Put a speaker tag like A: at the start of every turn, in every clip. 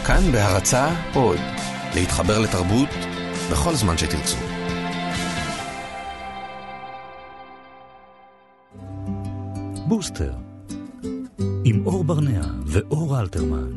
A: כאן בהרצאה עוד, להתחבר לתרבות בכל זמן שתרצו.
B: בוסטר עם אור ברנע ואור אלתרמן.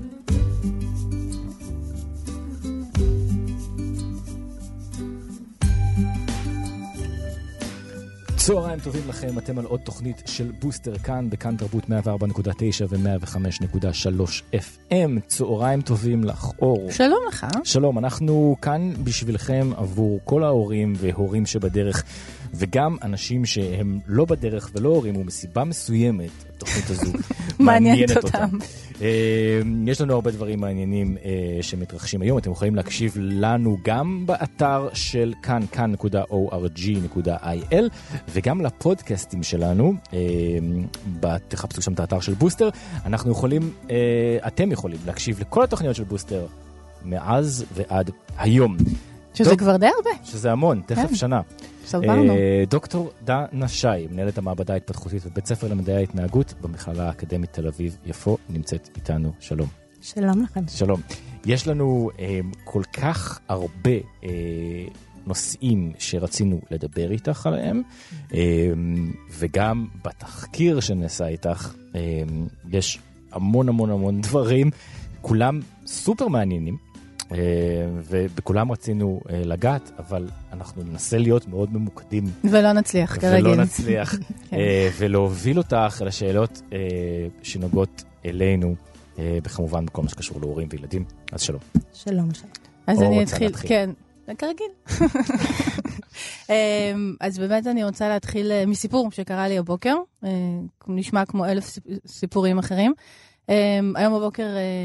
C: צהריים טובים לכם, אתם על עוד תוכנית של בוסטר כאן, בכאן תרבות 104.9 ו-105.3 FM. צהריים טובים לך, אור.
D: שלום לך.
C: שלום, אנחנו כאן בשבילכם עבור כל ההורים והורים שבדרך, וגם אנשים שהם לא בדרך ולא הורים, ומסיבה מסוימת, התוכנית הזו מעניינת אותם. יש לנו הרבה דברים מעניינים שמתרחשים היום. אתם יכולים להקשיב לנו גם באתר של כאן.org.il וגם לפודקאסטים שלנו. תחפשו שם את האתר של בוסטר. אתם יכולים להקשיב לכל התוכניות של בוסטר מאז ועד היום.
D: שזה כבר די הרבה.
C: שזה המון, תכף שנה.
D: סברנו.
C: דוקטור דנה שי, מנהלת המעבדה ההתפתחותית בבית ספר למדעי ההתנהגות במכללה האקדמית תל אביב יפו, נמצאת איתנו. שלום.
D: שלום לכם.
C: שלום. יש לנו כל כך הרבה נושאים שרצינו לדבר איתך עליהם, וגם בתחקיר שנעשה איתך יש המון המון המון דברים, כולם סופר מעניינים, ובכולם רצינו לגעת, אבל אנחנו ננסה להיות מאוד ממוקדים.
D: ולא נצליח, כרגיל.
C: ולא נצליח, ולהוביל אותך לשאלות שנוגעות אלינו, וכמובן בכל מה שקשור להורים וילדים. אז שלום.
D: שלום. אז אני אתחיל, כן, כרגיל. אז באמת אני רוצה להתחיל מסיפור שקרה לי הבוקר, נשמע כמו 1000 סיפורים אחרים. היום בבוקר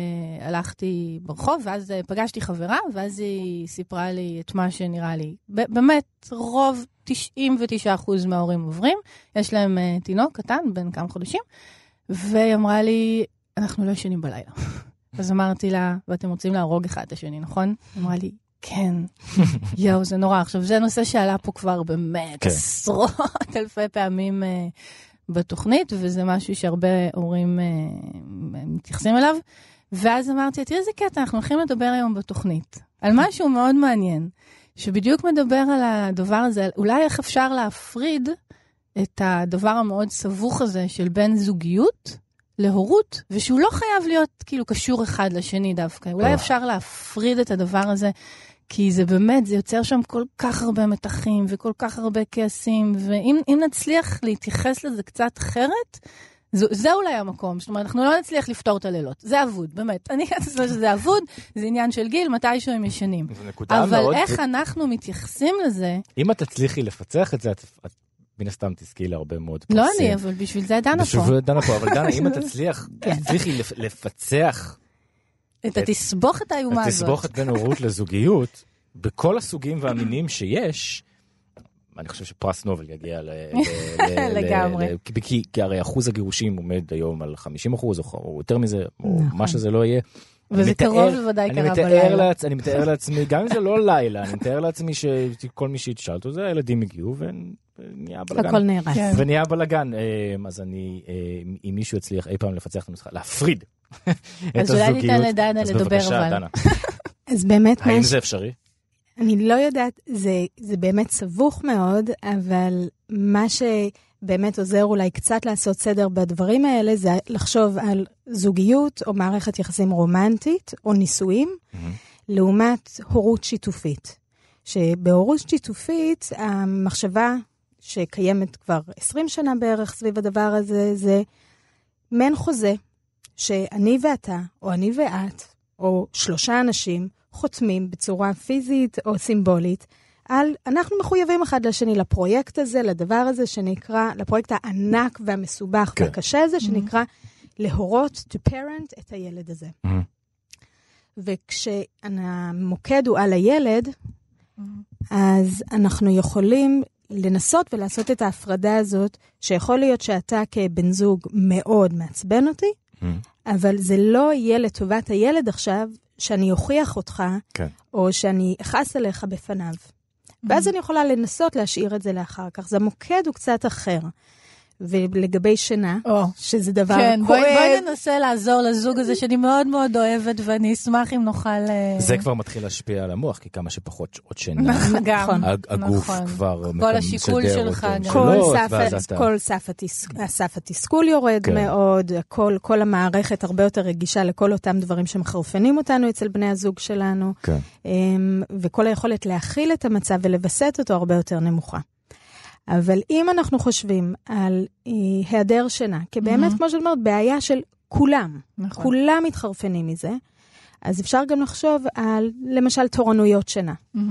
D: הלכתי ברחוב, ואז פגשתי חברה, ואז היא סיפרה לי את מה שנראה לי. באמת, רוב 99% מההורים עוברים, יש להם תינוק קטן, בן כמה חודשים, והיא אמרה לי, אנחנו לא ישנים בלילה. אז אמרתי לה, ואתם רוצים להרוג אחד את השני, נכון? היא אמרה לי, כן. יאו, זה נורא. עכשיו, זה נושא שעלה פה כבר באמת עשרות אלפי פעמים בתוכנית, וזה משהו שהרבה הורים מתייחסים אליו. ואז אמרתי, תראה איזה קטע, אנחנו הולכים לדבר היום בתוכנית, על משהו מאוד מעניין, שבדיוק מדבר על הדבר הזה, אולי איך אפשר להפריד את הדבר המאוד סבוך הזה של בין זוגיות להורות, ושהוא לא חייב להיות כאילו קשור אחד לשני דווקא. אולי אפשר להפריד את הדבר הזה, כי זה באמת, זה יוצר שם כל כך הרבה מתחים, וכל כך הרבה כעסים, ואם נצליח להתייחס לזה קצת אחרת, זה אולי המקום. זאת אומרת, אנחנו לא נצליח לפתור את הלילות. זה עבוד, באמת. אני חושבת שזה עבוד, זה עניין של גיל, מתישהו הם ישנים. אבל איך אנחנו מתייחסים לזה?
C: אם את תצליחי לפצח את זה, את מן הסתם תזכי להרבה מאוד פרסים.
D: לא אני, אבל בשביל זה דנה פה.
C: בשביל זה דנה פה, אבל דנה, אם את תצליחי לפצח
D: את התסבוכת האיומה הזאת.
C: התסבוכת בין הורות לזוגיות, בכל הסוגים והמינים שיש, אני חושב שפרס נובל יגיע
D: לגמרי.
C: כי הרי אחוז הגירושים עומד היום על 50%, או יותר מזה, או מה שזה לא יהיה.
D: וזה קרוב לוודאי קרה בלילה.
C: אני מתאר לעצמי, גם אם זה לא לילה, אני מתאר לעצמי שכל מי שהתשאל אותו, זה הילדים הגיעו ונהיה בלגן.
D: הכל נהרס.
C: ונהיה בלגן. אז אם מישהו יצליח אי פעם לפצח את הנוסחה, להפריד את הזוגיות.
D: אז אולי ניתן לדנה לדבר אבל.
C: אז בבקשה, דנה.
E: אז באמת
C: האם זה אפשרי?
E: אני לא יודעת, זה באמת סבוך מאוד, אבל מה שבאמת עוזר אולי קצת לעשות סדר בדברים האלה, זה לחשוב על זוגיות או מערכת יחסים רומנטית או נישואים, לעומת הורות שיתופית. שבהורות שיתופית, המחשבה שקיימת כבר 20 שנה בערך סביב הדבר הזה, זה מעין חוזה, שאני ואתה, או אני ואת, או 3 אנשים, חותמים בצורה פיזית או סימבולית, אנחנו מחויבים אחד לשני לפרויקט הזה, לדבר הזה שנקרא, לפרויקט הענק והמסובך והקשה הזה, שנקרא להורות, to parent, את הילד הזה. וכשהמוקד הוא על הילד, אז אנחנו יכולים לנסות ולעשות את ההפרדה הזאת, שיכול להיות שאתה כבן זוג מאוד מעצבן אותי, אבל זה לא יהיה לטובת הילד עכשיו, שאני אוכיח אותך, או שאני אחס עליך בפניו. ואז אני יכולה לנסות להשאיר את זה לאחר כך. זה המוקד הוא קצת אחר. ולגבי שינה, שזה דבר כואב.
D: בואי ננסה לעזור לזוג הזה שאני מאוד מאוד אוהבת, ואני אשמח אם נוכל...
C: זה כבר מתחיל להשפיע על המוח, כי כמה שפחות שעות שינה.
E: נכון.
C: הגוף כבר...
D: כל השיקול שלך.
E: כל סף התסכול יורד מאוד, כל המערכת הרבה יותר רגישה לכל אותם דברים שמחרפנים אותנו אצל בני הזוג שלנו, וכל היכולת להכיל את המצב ולבסט אותו הרבה יותר נמוכה. אבל אם אנחנו חושבים על היעדר שינה, כי באמת, כמו שאת אומרת, בעיה של כולם, כולם מתחרפנים מזה, אז אפשר גם לחשוב על, למשל, תורנויות שינה.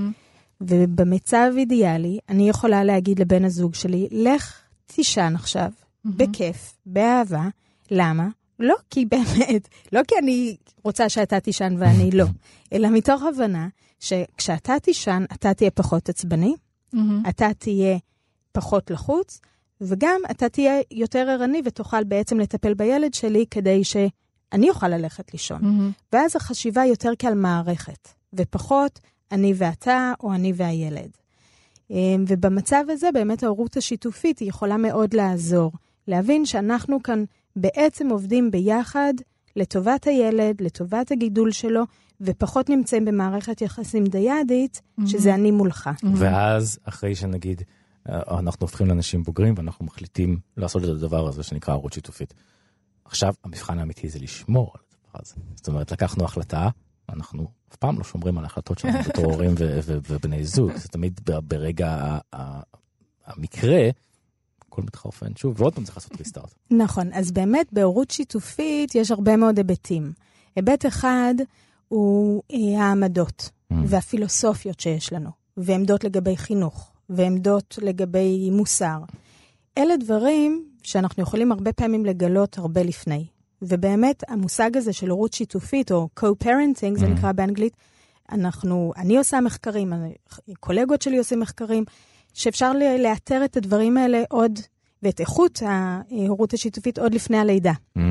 E: ובמצב אידיאלי, אני יכולה להגיד לבן הזוג שלי, לך תישן עכשיו, בכיף, באהבה. למה? לא כי באמת, לא כי אני רוצה שאתה תישן ואני לא, אלא מתוך הבנה שכשאתה תישן, אתה תהיה פחות עצבני, אתה תהיה פחות לחוץ, וגם אתה תהיה יותר ערני ותוכל בעצם לטפל בילד שלי כדי שאני אוכל ללכת לישון. ואז החשיבה יותר כעל מערכת, ופחות אני ואתה או אני והילד. ובמצב הזה באמת ההורות השיתופית היא יכולה מאוד לעזור, להבין שאנחנו כאן בעצם עובדים ביחד לטובת הילד, לטובת הגידול שלו, ופחות נמצאים במערכת יחסים דיאדית, שזה אני מולך.
C: ואז אחרי שנגיד, אנחנו הופכים לאנשים בוגרים, ואנחנו מחליטים לעשות את הדבר הזה שנקרא הורות שיתופית. עכשיו, המבחן האמיתי זה לשמור על הדבר הזה. זאת אומרת, לקחנו החלטה, אנחנו אף פעם לא שומרים על ההחלטות שלנו בתור הורים ובני זוג. זה תמיד ברגע המקרה, הכל מתחרפן שוב, ועוד פעם צריך לעשות ריסטארט.
E: נכון, אז באמת בהורות שיתופית יש הרבה מאוד היבטים. היבט אחד הוא העמדות והפילוסופיות שיש לנו, ועמדות לגבי חינוך. ועמדות לגבי מוסר. אלה דברים שאנחנו יכולים הרבה פעמים לגלות הרבה לפני. ובאמת המושג הזה של הורות שיתופית, או co-parenting, זה נקרא באנגלית, אני עושה מחקרים, קולגות שלי עושים מחקרים, שאפשר לאתר את הדברים האלה עוד, ואת איכות ההורות השיתופית עוד לפני הלידה.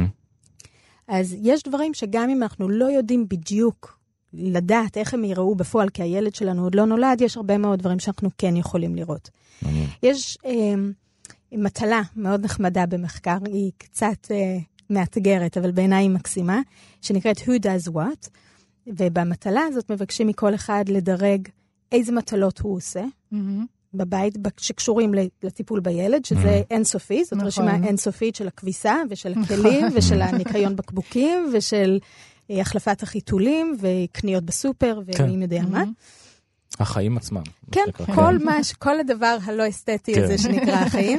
E: אז יש דברים שגם אם אנחנו לא יודעים בדיוק לדעת איך הם יראו בפועל, כי הילד שלנו עוד לא נולד, יש הרבה מאוד דברים שאנחנו כן יכולים לראות. יש מטלה מאוד נחמדה במחקר, היא קצת מאתגרת, אבל בעיניי היא מקסימה, שנקראת Who Does What, ובמטלה הזאת מבקשים מכל אחד לדרג איזה מטלות הוא עושה, בבית, שקשורים לטיפול בילד, שזה אינסופי, זאת רשימה אינסופית של הכביסה, ושל הכלים, ושל הניקיון בקבוקים, ושל החלפת החיתולים, וקניות בסופר, ואם יודע מה.
C: החיים עצמם.
E: כן, כל הדבר הלא אסתטי הזה שנקרא החיים.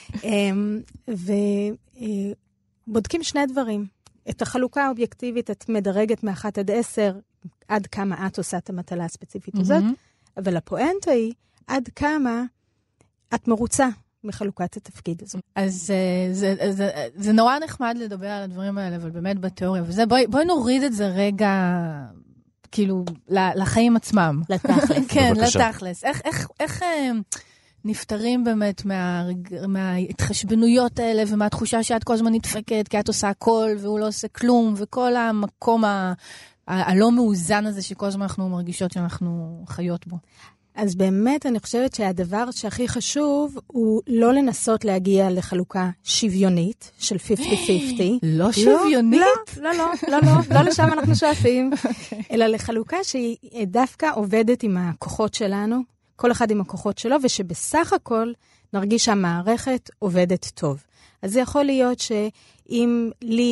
E: ובודקים שני דברים. את החלוקה האובייקטיבית, את מדרגת מ-1 עד 10, עד כמה את עושה את המטלה הספציפית הזאת, אבל הפואנטה היא, עד כמה את מרוצה מחלוקת התפקיד הזו.
D: אז זה נורא נחמד לדבר על הדברים האלה, אבל באמת בתיאוריה, וזה, בואי נוריד את זה רגע, כאילו, לחיים עצמם.
E: לתכלס.
D: כן, לתכלס. איך נפטרים באמת מההתחשבנויות האלה, ומהתחושה שאת כל הזמן נדפקת, כי את עושה הכל, והוא לא עושה כלום, וכל המקום הלא מאוזן הזה, שכל הזמן אנחנו מרגישות שאנחנו חיות בו.
E: אז באמת אני חושבת שהדבר שהכי חשוב הוא לא לנסות להגיע לחלוקה שוויונית של 50-50.
D: לא שוויונית?
E: לא לשם אנחנו שואפים, אלא לחלוקה שהיא דווקא עובדת עם הכוחות שלנו, כל אחד עם הכוחות שלו, ושבסך הכל נרגיש שהמערכת עובדת טוב. אז זה יכול להיות שאם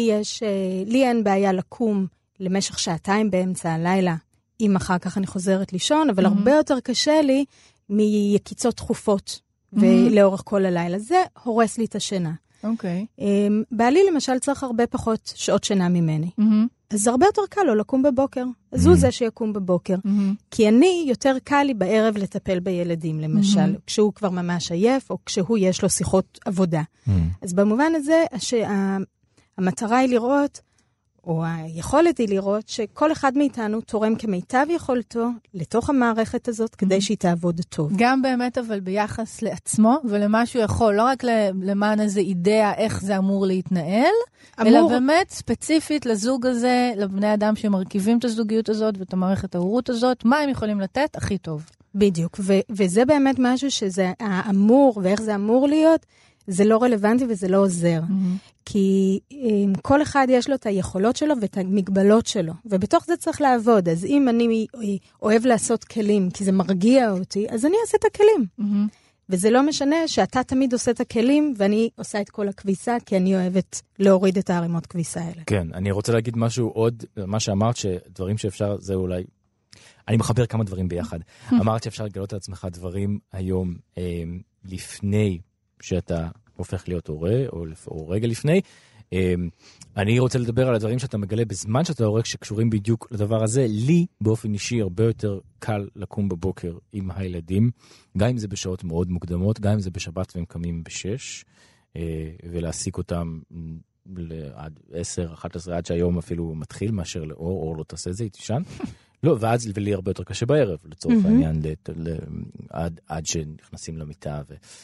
E: לי אין בעיה לקום למשך 2 באמצע הלילה, אם אחר כך אני חוזרת לישון, אבל הרבה יותר קשה לי מיקיצות תכופות ולאורך כל הלילה. זה הורס לי את השינה.
D: אוקיי.
E: בעלי למשל צריך הרבה פחות שעות שינה ממני. אז זה הרבה יותר קל לו לקום בבוקר. אז הוא זה שיקום בבוקר. כי אני יותר קל לי בערב לטפל בילדים, למשל, כשהוא כבר ממש עייף, או כשהוא יש לו שיחות עבודה. אז במובן הזה, המטרה היא לראות, או היכולת היא לראות שכל אחד מאיתנו תורם כמיטב יכולתו לתוך המערכת הזאת, כדי שהיא תעבוד טוב.
D: גם באמת אבל ביחס לעצמו, ולמה שהוא יכול, לא רק למען איזו אידאה איך זה אמור להתנהל, אלא באמת ספציפית לזוג הזה, לבני אדם שמרכיבים את הזוגיות הזאת, ואת המערכת ההורות הזאת, מה הם יכולים לתת הכי טוב.
E: בדיוק, וזה באמת משהו שזה אמור, ואיך זה אמור להיות, זה לא רלוונטי וזה לא עוזר. כי כל אחד יש לו את היכולות שלו ואת המגבלות שלו, ובתוך זה צריך לעבוד. אז אם אני אוהב לעשות כלים, כי זה מרגיע אותי, אז אני אעשה את הכלים. וזה לא משנה שאתה תמיד עושה את הכלים, ואני עושה את כל הכביסה, כי אני אוהבת להוריד את הערימות כביסה האלה.
C: כן, אני רוצה להגיד משהו עוד, מה שאמרת, שדברים שאפשר, זה אולי, אני מחבר כמה דברים ביחד. אמרת שאפשר לגלות על עצמך דברים היום, לפני שאתה הופך להיות הורה, או רגע לפני. אני רוצה לדבר על הדברים שאתה מגלה בזמן שאתה הורה, שקשורים בדיוק לדבר הזה. לי, באופן אישי, הרבה יותר קל לקום בבוקר עם הילדים, גם אם זה בשעות מאוד מוקדמות, גם אם זה בשבת והם קמים ב6, ולהסיק אותם עד 10, 11, עד שהיום אפילו מתחיל, מאשר לאור לא תעשה את זה, היא תישן. לא, ואז ולי הרבה יותר קשה בערב, לצורך העניין, עד שנכנסים למיטה.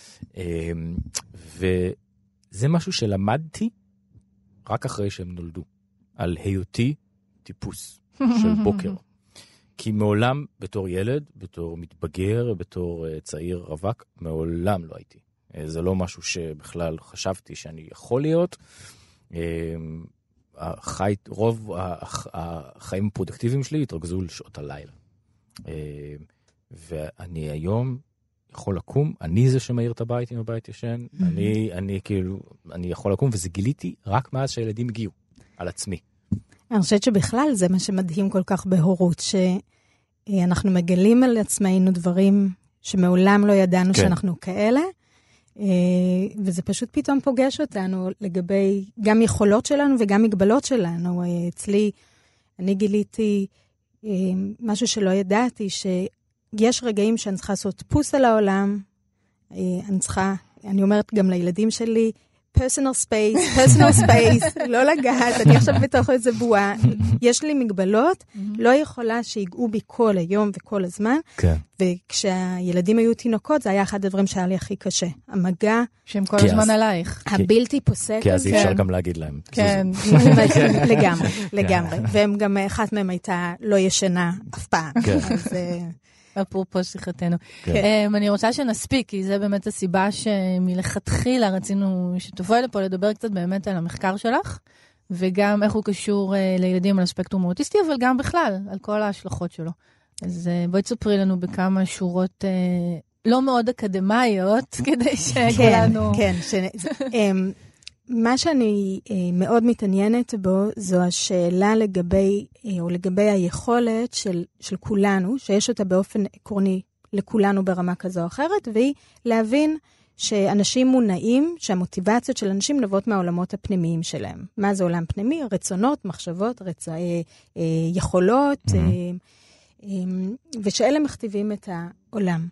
C: וזה משהו שלמדתי רק אחרי שהם נולדו, על היותי טיפוס של בוקר. כי מעולם, בתור ילד, בתור מתבגר, בתור צעיר רווק, מעולם לא הייתי. זה לא משהו שבכלל חשבתי שאני יכול להיות. רוב החיים הפרודקטיביים שלי התרכזו לשעות הלילה. ואני היום יכול לקום, אני זה שמאיר את הבית עם הבית ישן, אני יכול לקום, וזה גיליתי רק מאז שהילדים הגיעו, על עצמי.
E: אני חושבת שבכלל זה מה שמדהים כל כך בהורות, שאנחנו מגלים על עצמנו דברים שמעולם לא ידענו שאנחנו כאלה, וזה פשוט פתאום פוגש אותנו לגבי גם יכולות שלנו וגם מגבלות שלנו. אצלי, אני גיליתי משהו שלא ידעתי, שיש רגעים שאני צריכה לעשות פוס על העולם, אני אומרת גם לילדים שלי, personal space, לא לגעת, אני עכשיו בתוך איזה בועה, יש לי מגבלות, לא יכולה שיגעו בי כל היום וכל הזמן, וכשהילדים היו תינוקות, זה היה אחד הדברים שהיה לי הכי קשה, המגע,
D: שהם כל הזמן עלייך,
E: הבלתי פוסק,
C: כי אז אי אפשר גם להגיד להם,
D: כן,
E: לגמרי, והם גם אחת מהם הייתה לא ישנה אף פעם, אז
D: אפרופו שיחתנו. אני רוצה שנספיק, כי זה באמת הסיבה שמלכתחילה רצינו שתבואי לפה לדבר קצת באמת על המחקר שלך, וגם איך הוא קשור לילדים על הספקטרום האוטיסטי, אבל גם בכלל, על כל ההשלכות שלו. אז בואי תספרי לנו בכמה שורות לא מאוד אקדמיות, כדי שכולנו...
E: כן, מה שאני מאוד מתעניינת בו, זו השאלה לגבי, או לגבי היכולת של כולנו, שיש אותה באופן עקרוני לכולנו ברמה כזו או אחרת, והיא להבין שאנשים מונעים, שהמוטיבציות של אנשים נובעות מהעולמות הפנימיים שלהם. מה זה עולם פנימי? רצונות, מחשבות, יכולות, ושאלה מכתיבים את העולם.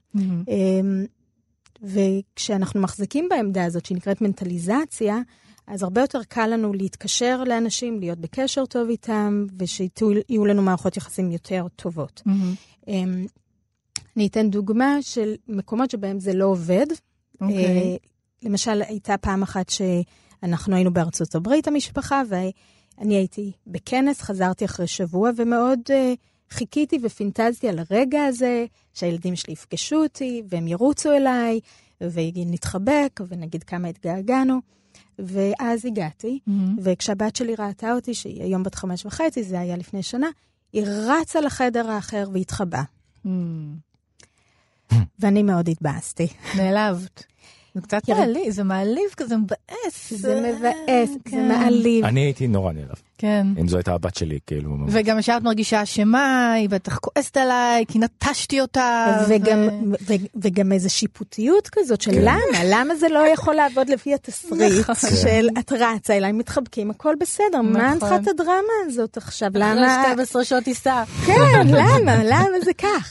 E: וכשאנחנו מחזיקים בעמדה הזאת, שנקראת מנטליזציה, אז הרבה יותר קל לנו להתקשר לאנשים, להיות בקשר טוב איתם, ושיהיו לנו מערכות יחסים יותר טובות. אני אתן דוגמה של מקומות שבהם זה לא עובד. למשל, הייתה פעם אחת שאנחנו היינו בארצות הברית, המשפחה, ואני הייתי בכנס, חזרתי אחרי שבוע, ומאוד חיכיתי ופינטזתי על הרגע הזה, שהילדים שלי יפגשו אותי, והם ירוצו אליי, ונתחבק, ונגיד כמה התגעגענו. ואז הגעתי, וכשהבת שלי ראתה אותי, שהיא היום בת 5.5, זה היה לפני שנה, היא רצה לחדר האחר והתחבאה. ואני מאוד התבאסתי.
D: נעלבת. זה קצת מעליב, זה מעליב כזה, מבאס.
E: זה מבאס, זה מעליב.
C: אני הייתי נורא נעלב.
D: כן.
C: אם זו הייתה הבת שלי, כאילו.
D: וגם שאת מרגישה אשמה, היא בטח כועסת עליי, כי נטשתי אותה.
E: וגם איזו שיפוטיות כזאת של למה זה לא יכול לעבוד לפי התסריט של את רצה אליי, מתחבקים, הכל בסדר. מה אני צריכה את הדרמה הזאת עכשיו? למה?
D: 12 שעות טיסה.
E: כן, למה זה כך?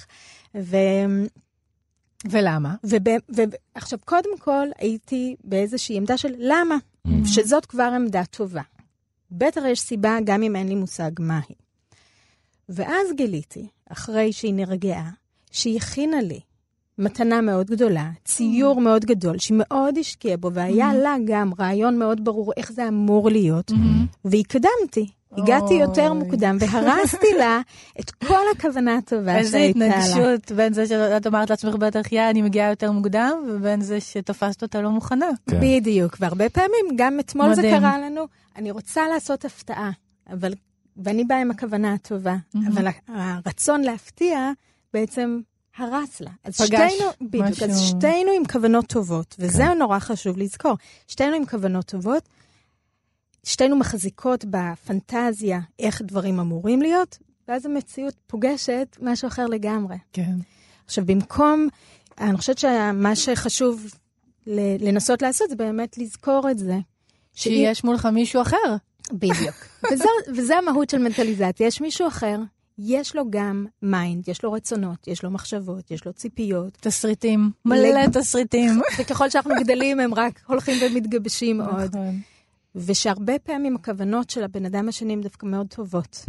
D: ולמה?
E: עכשיו, קודם כל, הייתי באיזושהי עמדה של למה? שזאת כבר עמדה טובה. בטח יש סיבה, גם אם אין לי מושג מה היא. ואז גיליתי, אחרי שהיא נרגעה, שהיא הכינה לי מתנה מאוד גדולה, ציור מאוד גדול, שהיא מאוד השקיעה בו, והיה לה גם רעיון מאוד ברור איך זה אמור להיות, והקדמתי. הגעתי יותר מוקדם, והרסתי לה את כל הכוונה הטובה שהייתה לה.
D: איזה התנגשות בין זה שאת אמרת לעצמך בטח, אני מגיעה יותר מוקדם, ובין זה שתפסת אותה לא מוכנה.
E: בדיוק, והרבה פעמים, גם אתמול זה קרה לנו, אני רוצה לעשות הפתעה, ואני באה עם הכוונה הטובה, אבל הרצון להפתיע בעצם הרס לה. אז שתינו עם כוונות טובות, וזה נורא חשוב לזכור. שתינו עם כוונות טובות, שתינו מחזיקות בפנטזיה איך דברים אמורים להיות, ואז המציאות פוגשת משהו אחר לגמרי.
D: כן.
E: עכשיו, במקום, אני חושבת שמה שחשוב לנסות לעשות, זה באמת לזכור את זה.
D: שיש מולך מישהו אחר.
E: בדיוק. וזה המהות של מנטליזציה. יש מישהו אחר, יש לו גם מיינד, יש לו רצונות, יש לו מחשבות, יש לו ציפיות.
D: תסריטים, מלא תסריטים.
E: וככל שאנחנו גדלים, הם רק הולכים ומתגבשים עוד. ושהרבה פעמים הכוונות של הבן אדם השני הם דווקא מאוד טובות.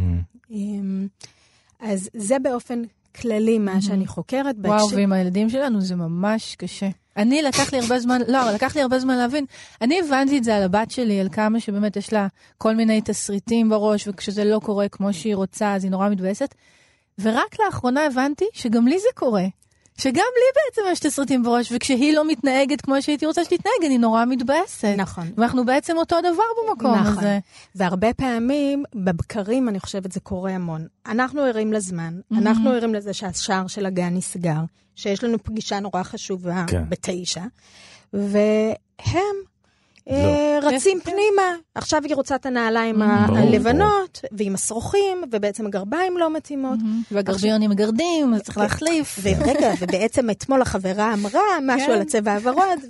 E: אז זה באופן כללי מה שאני חוקרת.
D: וואו, ועם הילדים שלנו זה ממש קשה. לקח לי הרבה זמן להבין. אני הבנתי את זה על הבת שלי, על כמה שבאמת יש לה כל מיני תסריטים בראש, וכשזה לא קורה כמו שהיא רוצה, אז היא נורא מתבאסת. ורק לאחרונה הבנתי שגם לי זה קורה. שגם לי בעצם יש תסריטים בראש, וכשהיא לא מתנהגת כמו שהייתי רוצה שתתנהג, אני נורא מתבאסת.
E: נכון.
D: ואנחנו בעצם אותו דבר במקום הזה.
E: והרבה פעמים, בבקרים, אני חושבת, זה קורה המון. אנחנו ערים לזמן, אנחנו ערים לזה שהשער של הגן נסגר, שיש לנו פגישה נורא חשובה ב9, והם רצים פנימה. עכשיו היא רוצה את הנעליים הלבנות, ועם השרוכים, ובעצם הגרביים לא מתאימות.
D: והגרביונים מגרדים, אז צריך להחליף.
E: ורגע, ובעצם אתמול החברה אמרה משהו על הצבע הוורוד,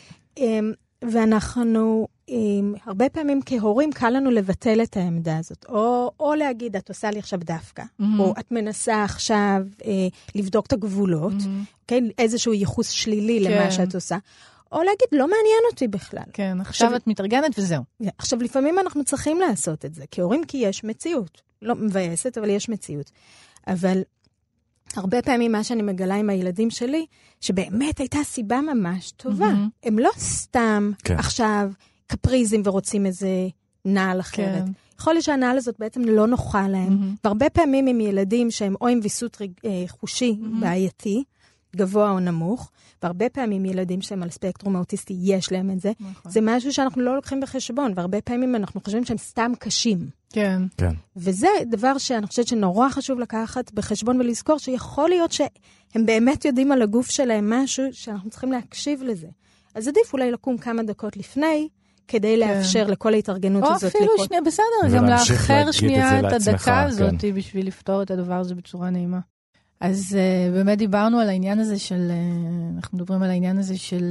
E: ואנחנו הרבה פעמים כהורים קל לנו לבטל את העמדה הזאת, או להגיד, את עושה לי עכשיו דווקא, או את מנסה עכשיו לבדוק את הגבולות, איזשהו ייחוס שלילי למה שאת עושה, או להגיד, לא מעניין אותי בכלל.
D: כן, עכשיו את מתארגנת וזהו.
E: עכשיו, לפעמים אנחנו צריכים לעשות את זה, כהורים כי יש מציאות. לא מבאסת, אבל יש מציאות. אבל הרבה פעמים מה שאני מגלה עם הילדים שלי, שבאמת הייתה סיבה ממש טובה. הם לא סתם עכשיו קפריזים ורוצים איזה נעל אחרת. יכול להיות שהנעל הזאת בעצם לא נוחה להם. והרבה פעמים עם ילדים שהם או עם ויסות חושי בעייתי, גבוה או נמוך, והרבה פעמים ילדים שהם על ספקטרום האוטיסטי, יש להם את זה. זה משהו שאנחנו לא לוקחים בחשבון, והרבה פעמים אנחנו חושבים שהם סתם קשים.
D: כן.
E: וזה דבר שאני חושבת שנורא חשוב לקחת בחשבון ולזכור, שיכול להיות שהם באמת יודעים על הגוף שלהם משהו, שאנחנו צריכים להקשיב לזה. אז עדיף אולי לקום כמה דקות לפני, כדי לאפשר לכל ההתארגנות הזאת.
D: או אפילו שנייה, בסדר, גם לאחר שנייה את הדקה הזאת, בשביל לפתור את הדבר הזה בצורה נעימה. אז באמת דיברנו על העניין הזה של, אנחנו מדברים על העניין הזה של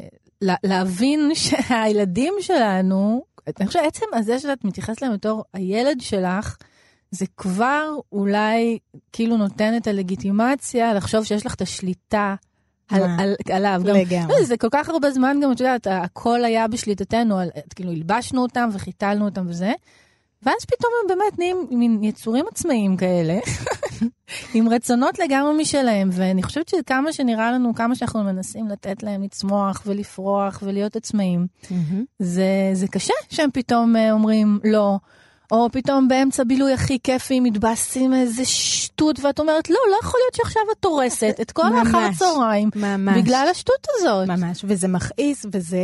D: להבין שהילדים שלנו, אני חושבת, עצם הזה שאת מתייחסת להם בתור הילד שלך, זה כבר אולי כאילו נותן את הלגיטימציה לחשוב שיש לך את השליטה עליו. לגמרי. זה כל כך הרבה זמן גם, את יודעת, הכל היה בשליטתנו, כאילו הלבשנו אותם וחיתלנו אותם וזה, ואז פתאום הם באמת נהיים מין יצורים עצמאיים כאלה, עם רצונות לגמרי משלהם, ואני חושבת שכמה שנראה לנו, כמה שאנחנו מנסים לתת להם לצמוח ולפרוח ולהיות עצמאיים, זה קשה שהם פתאום אומרים לא, או פתאום באמצע בילוי הכי כיפי, מתבאסים איזה שטות, ואת אומרת, לא יכול להיות שעכשיו את תורסת את כל האחר צהריים, בגלל השטות הזאת.
E: ממש, וזה מכעיס,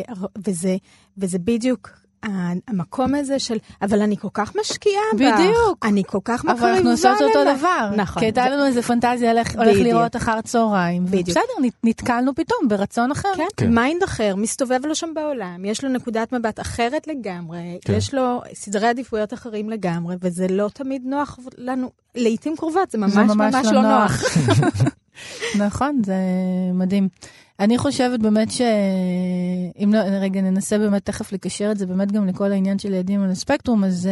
E: וזה בדיוק המקום הזה של, אבל אני כל כך משקיעה בך.
D: בדיוק.
E: אני כל כך מקריבה.
D: אבל אנחנו עושות אותו דבר.
E: נכון.
D: כי הייתה לנו איזה פנטזיה הולך לראות אחר צהריים. בדיוק. בסדר, נתקלנו פתאום ברצון אחר.
E: כן, מיינד אחר, מסתובב לו שם בעולם, יש לו נקודת מבט אחרת לגמרי, יש לו סדרי עדיפויות אחרים לגמרי, וזה לא תמיד נוח לנו, לעתים קרובות, זה ממש לא נוח.
D: נכון, זה מדהים. אני חושבת באמת שאם רגע ננסה באמת תכף לקשר את זה באמת גם לכל העניין של ילדים על הספקטרום, אז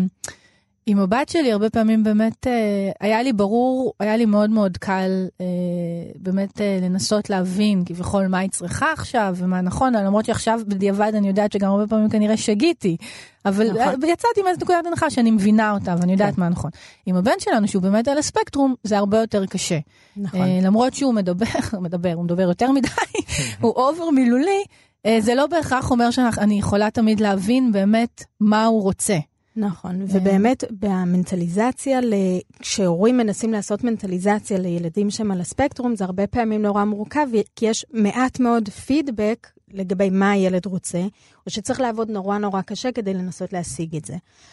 D: עם הבת שלי הרבה פעמים באמת היה לי ברור, היה לי מאוד מאוד קל באמת לנסות להבין כביכול מה היא צריכה עכשיו ומה נכון, למרות שעכשיו בדיעבד אני יודעת שגם הרבה פעמים כנראה שגיתי, אבל יצאתי מאיזו נקודת הנחה שאני מבינה אותה ואני יודעת מה נכון. עם הבן שלנו שהוא באמת על הספקטרום זה הרבה יותר קשה. למרות שהוא הוא מדבר יותר מדי, הוא אובר מילולי, זה לא בהכרח אומר שאני יכולה תמיד להבין באמת מה הוא רוצה.
E: נכון, ובאמת במנטליזציה, כשהורים מנסים לעשות מנטליזציה לילדים שהם על הספקטרום, זה הרבה פעמים נורא מורכב, כי יש מעט מאוד פידבק לגבי מה הילד רוצה, או שצריך לעבוד נורא נורא קשה כדי לנסות להשיג את זה.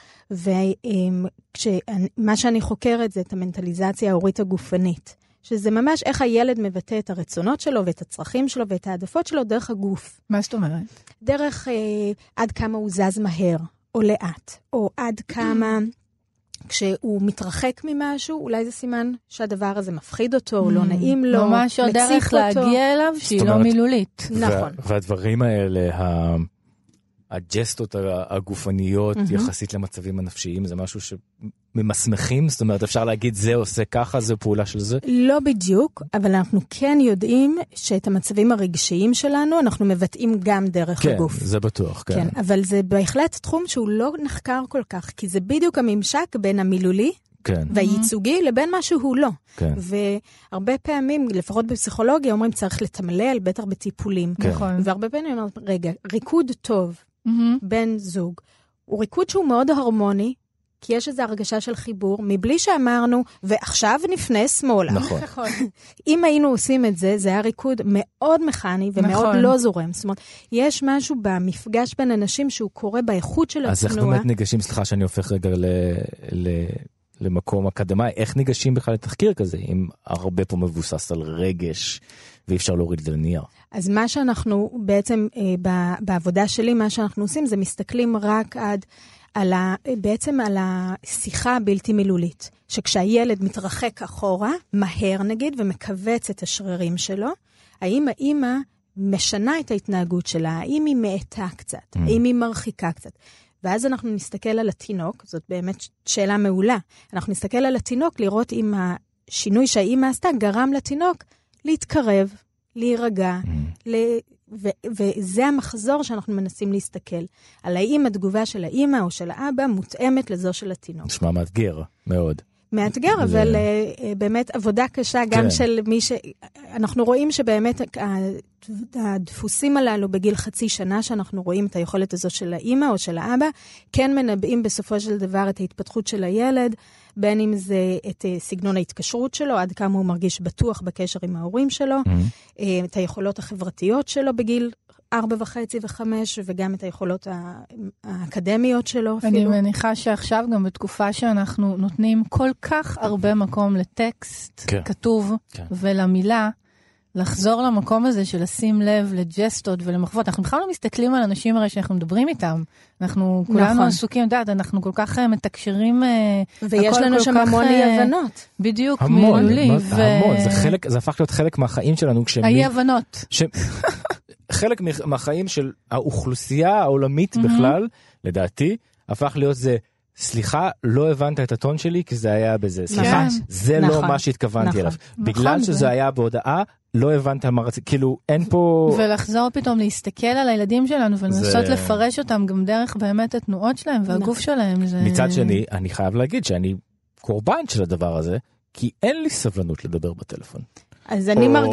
E: ומה שאני חוקרת זה את המנטליזציה ההורית הגופנית, שזה ממש איך הילד מבטא את הרצונות שלו ואת הצרכים שלו ואת העדפות שלו דרך הגוף.
D: מה זאת אומרת?
E: דרך עד כמה הוא זז מהר או לאט, או עד כמה כשהוא מתרחק ממשהו, אולי זה סימן שהדבר הזה מפחיד אותו, או לא נעים לו,
D: ממש עוד דרך להגיע אליו שהיא לא מילולית.
E: נכון.
C: והדברים האלה, הג'סטות הגופניות יחסית למצבים הנפשיים, זה משהו שממסמכים, זאת אומרת, אפשר להגיד זה עושה ככה, זה פעולה של זה?
E: לא בדיוק, אבל אנחנו כן יודעים שאת המצבים הרגשיים שלנו, אנחנו מבטאים גם דרך הגוף.
C: כן, זה בטוח, כן.
E: כן, אבל זה בהחלט תחום שהוא לא נחקר כל כך, כי זה בדיוק הממשק בין המילולי, כן. והייצוגי לבין מה שהוא לא. כן. והרבה פעמים, לפחות בפסיכולוגיה, אומרים צריך לתמלל, בטח בטיפולים. כן. והרבה פעמים אומרים, רגע, ריקוד טוב בין זוג, הוא ריקוד שהוא מאוד הרמוני, כי יש איזו הרגשה של חיבור, מבלי שאמרנו, ועכשיו נפנה שמאלה.
C: נכון.
E: אם היינו עושים את זה, זה היה ריקוד מאוד מכני ומאוד לא זורם. זאת אומרת, יש משהו במפגש בין אנשים שהוא קורה באיכות של התנועה.
C: אז איך באמת ניגשים, סליחה שאני הופך רגע למקום אקדמי, איך ניגשים בכלל לתחקיר כזה, אם הרבה פה מבוסס על רגש, ואי אפשר להוריד את זה לנייר?
E: אז מה שאנחנו בעצם, בעבודה שלי, מה שאנחנו עושים, זה מסתכלים רק בעצם על השיחה הבלתי מילולית, שכשהילד מתרחק אחורה, מהר נגיד, ומקווץ את השרירים שלו, האם האמא משנה את ההתנהגות שלה, האם היא מעטה קצת, האם היא מרחיקה קצת. ואז אנחנו נסתכל על התינוק, זאת באמת שאלה מעולה, אנחנו נסתכל על התינוק לראות אם השינוי שהאמא עשתה גרם לתינוק להתקרב, להירגע, וזה המחזור שאנחנו מנסים להסתכל. על האם התגובה של האמא או של האבא מותאמת לזו של התינוק.
C: נשמע מאתגר, מאוד.
E: מאתגר, אבל באמת עבודה קשה גם של מי אנחנו רואים שבאמת הדפוסים הללו בגיל חצי שנה, שאנחנו רואים את היכולת הזו של האמא או של האבא, כן מנבאים בסופו של דבר את ההתפתחות של הילד, בין אם זה את סגנון ההתקשרות שלו, עד כמה הוא מרגיש בטוח בקשר עם ההורים שלו, את היכולות החברתיות שלו בגיל 4.5 ו5, וגם את היכולות האקדמיות שלו.
D: אני מניחה שעכשיו גם בתקופה שאנחנו נותנים כל כך הרבה מקום לטקסט כתוב ולמילה, לחזור למקום הזה של לשים לב לג'סטות ולמחוות. אנחנו בכלל לא מסתכלים על אנשים הרי שאנחנו מדברים איתם. אנחנו כולנו עסוקים, אנחנו כל כך מתקשרים.
E: ויש לנו שם המון אי-הבנות.
D: בדיוק, מילולי.
C: המון, זה הפך להיות חלק מהחיים שלנו.
D: האי-הבנות.
C: חלק מהחיים של האוכלוסייה העולמית בכלל, לדעתי, הפך להיות זה, סליחה, לא הבנת את הטון שלי, כי זה היה בזה. סליחה, זה לא מה שהתכוונתי אליו. בגלל שזה היה בהודעה, לא הבנת מה רציתי, כאילו אין פה...
D: ולחזור פתאום להסתכל על הילדים שלנו, ולנסות לפרש אותם גם דרך באמת התנועות שלהם, והגוף שלהם.
C: מצד שני, אני חייב להגיד שאני קורבן של הדבר הזה, כי אין לי סבלנות לדבר בטלפון.
E: אז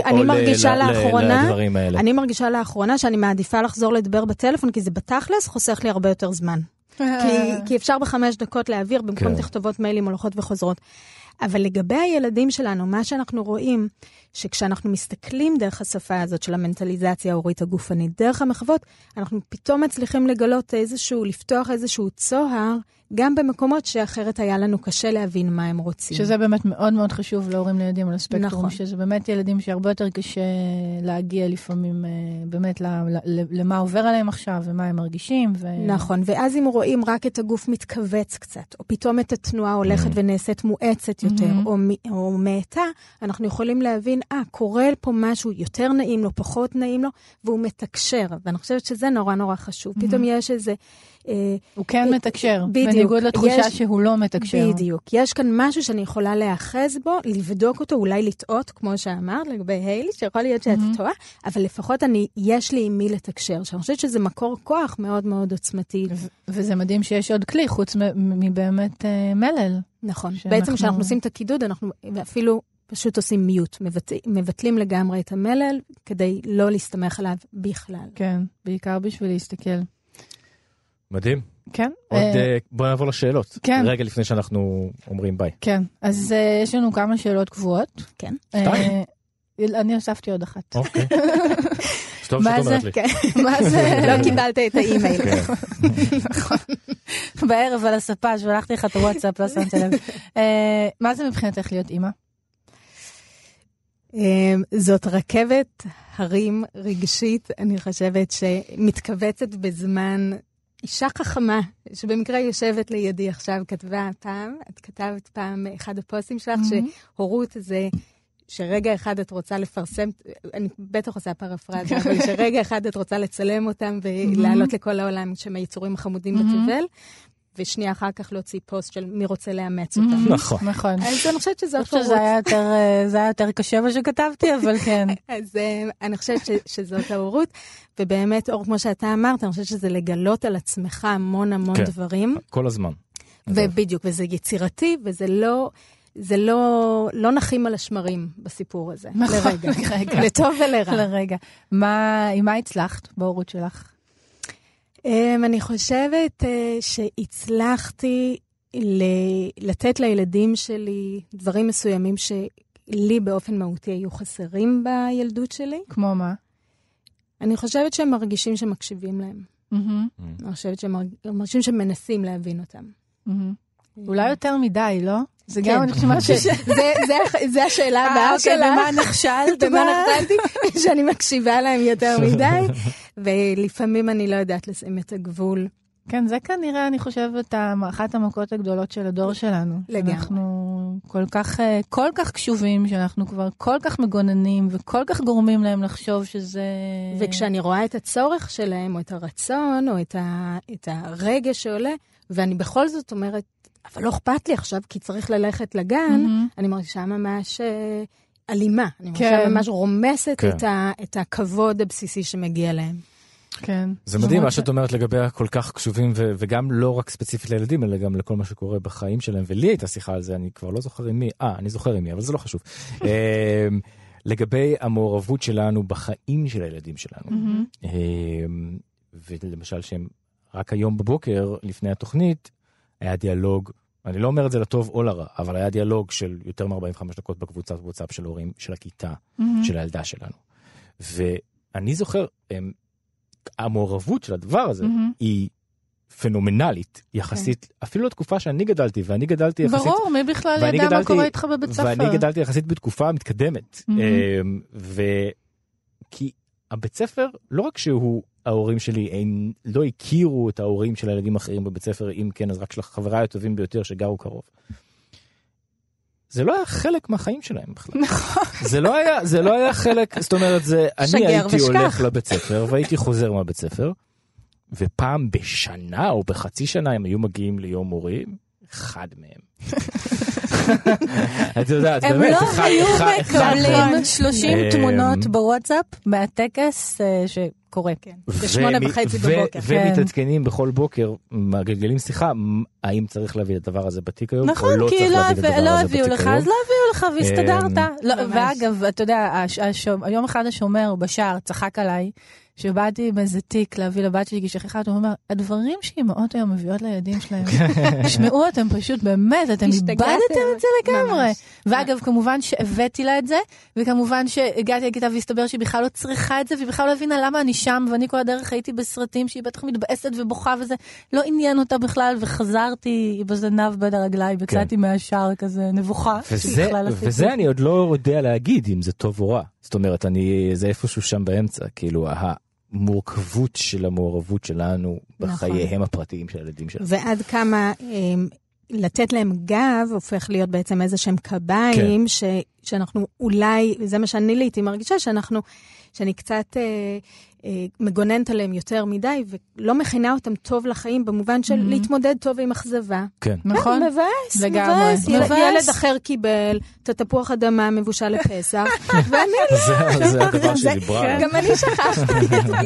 E: אני מרגישה לאחרונה שאני מעדיפה לחזור לדבר בטלפון, כי זה בתכלס חוסך לי הרבה יותר זמן. כי אפשר ב5 דקות להעביר, במקום תכתובות מיילים, הולכות וחוזרות. אבל לגבי הילדים שלנו, מה שאנחנו רואים, שכשאנחנו מסתכלים דרך השפה הזאת של המנטליזציה ההורית הגופנית, דרך המחוות, אנחנו פתאום מצליחים לגלות לפתוח איזשהו צוהר, גם במקומות שאחרת היה לנו קשה להבין מה הם רוצים.
D: שזה באמת מאוד מאוד חשוב להורים לילדים על הספקטרום, נכון. שזה באמת ילדים שהרבה יותר קשה להגיע לפעמים באמת למה עובר עליהם עכשיו ומה הם מרגישים.
E: נכון, ואז אם רואים רק את הגוף מתכווץ קצת, או פתאום את התנועה הולכת ונעשית מואצת יותר, או מעטה, אנחנו יכולים להבין, קורה פה משהו יותר נעים לו, פחות נעים לו, והוא מתקשר, ואני חושבת שזה נורא נורא חשוב. פתאום יש איזה...
D: הוא כן מתקשר, בניגוד לתחושה שהוא לא מתקשר.
E: בדיוק. יש כאן משהו שאני יכולה להאחז בו, לבדוק אותו, אולי לטעות, כמו שאמרת, לגבי היילי, שיכול להיות שאת טועה, אבל לפחות יש לי עם מי לתקשר, שאני חושבת שזה מקור כוח מאוד מאוד עוצמתי.
D: וזה מדהים שיש עוד כלי, חוץ מבאמת מלל.
E: נכון. בעצם כשאנחנו עושים את הקידוד, אנחנו אפילו פשוט עושים מיוט, מבטלים לגמרי את המלל, כדי לא להסתמך עליו בכלל.
D: כן, בעיקר בשביל להסתכל.
C: מדהים.
D: כן.
C: בוא נעבור לשאלות.
D: כן.
C: רגע לפני שאנחנו אומרים ביי.
D: כן, אז יש לנו כמה שאלות קבועות.
E: כן.
C: שתיים?
D: אני הוספתי עוד אחת.
C: אוקיי. טוב שאת אומרת לי.
D: מה זה?
E: לא קיבלת את האימייל.
D: נכון. בערב על הספה, שלחתי לך את הוואטסאפ, לא שמתי לב. מה זה מבחינתך להיות אימא?
E: זאת רכבת הרים רגשית, אני חושבת שמתכווצת בזמן. אישה חכמה, שבמקרה יושבת לידי עכשיו, כתבה פעם, את כתבת פעם אחד הפוסטים שלך, שהורות זה שרגע אחד את רוצה לפרסם, אני בטח עושה פרפרזה, אבל שרגע אחד את רוצה לצלם אותם ולהעלות לכל העולם שהם היצורים החמודים בתבל, ושנייה אחר כך להוציא פוסט של מי רוצה לאמץ אותם.
C: נכון.
E: אז אני חושבת שזאת הורות.
D: זה היה יותר קשה מה שכתבתי, אבל כן.
E: אז אני חושבת שזאת ההורות, ובאמת, אור, כמו שאתה אמרת, אני חושבת שזה לגלות על עצמך המון דברים.
C: כל הזמן.
E: ובדיוק, וזה יצירתי, וזה לא נחים על השמרים בסיפור הזה. לרגע. לטוב ולרע.
D: לרגע. עם מה הצלחת בהורות שלך?
E: אני חושבת שהצלחתי לתת לילדים שלי דברים מסוימים שלי באופן מהותי היו חסרים בילדות שלי.
D: כמו מה?
E: אני חושבת שהם מרגישים שמקשיבים להם. אני חושבת שהם מרגישים שמנסים להבין אותם.
D: אולי יותר מדי, לא? זה גם אני חושבת
E: זה השאלה הבאה שלה.
D: במה נכשלת?
E: במה נכשלתי? שאני מקשיבה להם יותר מדי, ולפעמים אני לא יודעת לשים את הגבול.
D: כן, זה כנראה, אני חושבת, אחת המכות הגדולות של הדור שלנו.
E: לגמרי.
D: אנחנו כל כך קשובים, שאנחנו כבר כל כך מגוננים, וכל כך גורמים להם לחשוב שזה...
E: וכשאני רואה את הצורך שלהם, או את הרצון, או את הרגע שעולה, ואני בכל זאת אומרת, אבל לא אכפת לי עכשיו, כי צריך ללכת לגן, אני מרגישה ממש אלימה. אני מרגישה ממש רומסת את הכבוד הבסיסי שמגיע להם.
D: כן.
C: זה מדהים מה שאת אומרת לגבי הכל כך קשובים, וגם לא רק ספציפית לילדים, אלא גם לכל מה שקורה בחיים שלהם. ולי הייתה שיחה על זה, אני כבר לא זוכר עם מי, אני זוכר עם מי, אבל זה לא חשוב. לגבי המעורבות שלנו בחיים של הילדים שלנו. ולמשל שהם רק היום בבוקר, לפני התוכנית, היה דיאלוג, אני לא אומר את זה לטוב או לרע, אבל היה דיאלוג של יותר מ-45 דקות בקבוצת וואטסאפ של הורים של הכיתה, של הילדה שלנו. ואני זוכר, המעורבות של הדבר הזה היא פנומנלית, יחסית, אפילו לתקופה שאני גדלתי, ואני גדלתי יחסית...
D: ברור, מי בכלל ידע מה קורה איתך בבית ספר?
C: ואני גדלתי יחסית בתקופה מתקדמת. כי הבית ספר, לא רק שהוא, ההורים שלי לא הכירו את ההורים של הילדים האחרים בבית ספר, אם כן, אז רק של החברה הטובים ביותר שגרו קרוב. זה לא היה חלק מהחיים שלהם בכלל. זה לא היה חלק, זאת אומרת, אני הייתי הולך לבית ספר, והייתי חוזר מהבית ספר, ופעם בשנה או בחצי שנה הם היו מגיעים ליום הורים, אחד מהם. את יודעת, באמת,
D: הם לא היו מקבלים 30 תמונות בוואטסאפ מהטקס שקורה.
E: ב8:30 בבוקר.
C: ומתעדכנים בכל בוקר, מגלגלים שיחה, האם צריך להביא את הדבר הזה בתיק היום, או לא צריך להביא את הדבר הזה בתיק היום.
D: לא הביאו לך, אז לא הביאו לך והסתדרת. ואגב, אתה יודע, היום אחד השומר בשער צחק עליי, שבאתי עם איזה תיק להביא לבת שלי כשכחת, הוא אומר, הדברים שאימהות היום מביאות לילדים שלהם, תשמעו אותם פשוט באמת, אתם איבדתם את זה לגמרי. ואגב, כמובן שהבאתי לה את זה, וכמובן שהגעתי לכיתה והסתבר שהיא בכלל לא צריכה את זה, והיא בכלל לא הבינה למה אני שם, ואני כל הדרך הייתי בסרטים שהיא בטח מתבאסת ובוכה וזה, לא עניין אותה בכלל, וחזרתי בזנב בין הרגליים, וקצתי מהשער כזה נבוכה.
C: וזה אני עוד לא יודע להגיד אם זה טוב או רע. זאת אומרת, זה איפשהו שם באמצע, כאילו, המורכבות של המעורבות שלנו בחייהם הפרטיים של הילדים שלנו.
E: ועד כמה לתת להם גב הופך להיות בעצם איזה שהם קביים, שאנחנו אולי, וזה מה שאני לעתים מרגישה, שאני קצת מגוננת עליהם יותר מדי, ולא מכינה אותם טוב לחיים, במובן של להתמודד טוב עם אכזבה.
C: כן.
D: נכון.
E: מבאס. ילד אחר קיבל את התפוח אדמה מבושל לפסח, ואני לא.
C: זה הדבר שדיברה.
E: גם אני שכחתי.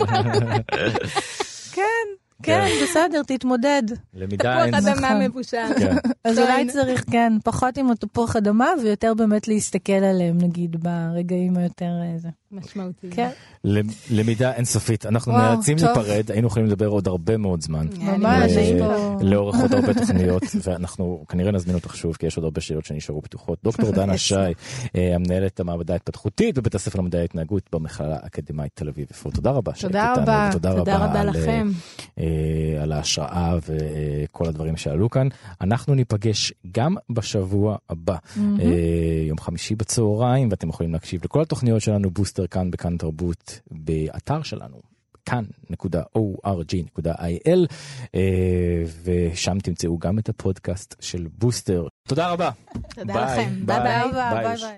D: כן, בסדר, תתמודד.
C: למידה אין.
E: תפוח אדמה מבושל.
D: אז אולי צריך, פחות עם התפוח אדמה, ויותר באמת להסתכל עליהם, נגיד, ברגעים היותר זה.
E: משמעותי.
D: כן.
C: למידה אינסופית. אנחנו נאלצים להיפרד, היינו יכולים לדבר עוד הרבה מאוד זמן.
D: ממש,
C: לאורך עוד הרבה תוכניות, ואנחנו כנראה נזמין אותך שוב, כי יש עוד הרבה שאלות שנשארו פתוחות. דוקטור דנה שי, המנהלת המעבדה ההתפתחותית בבית הספר למדעי ההתנהגות במכללה האקדמית תל אביב. תודה רבה שהיית איתנו, ותודה רבה לכם על ההשראה וכל הדברים שעלו כאן. אנחנו ניפגש גם בשבוע הבא, יום חמישי בצהריים, ואתם יכולים להקשיב לכל התוכניות שלנו בוסטר כאן בכאן תרבות באתר שלנו כאן.org.il, ושם תמצאו גם את הפודקאסט של בוסטר. תודה רבה.
E: תודה לכם. ביי ביי.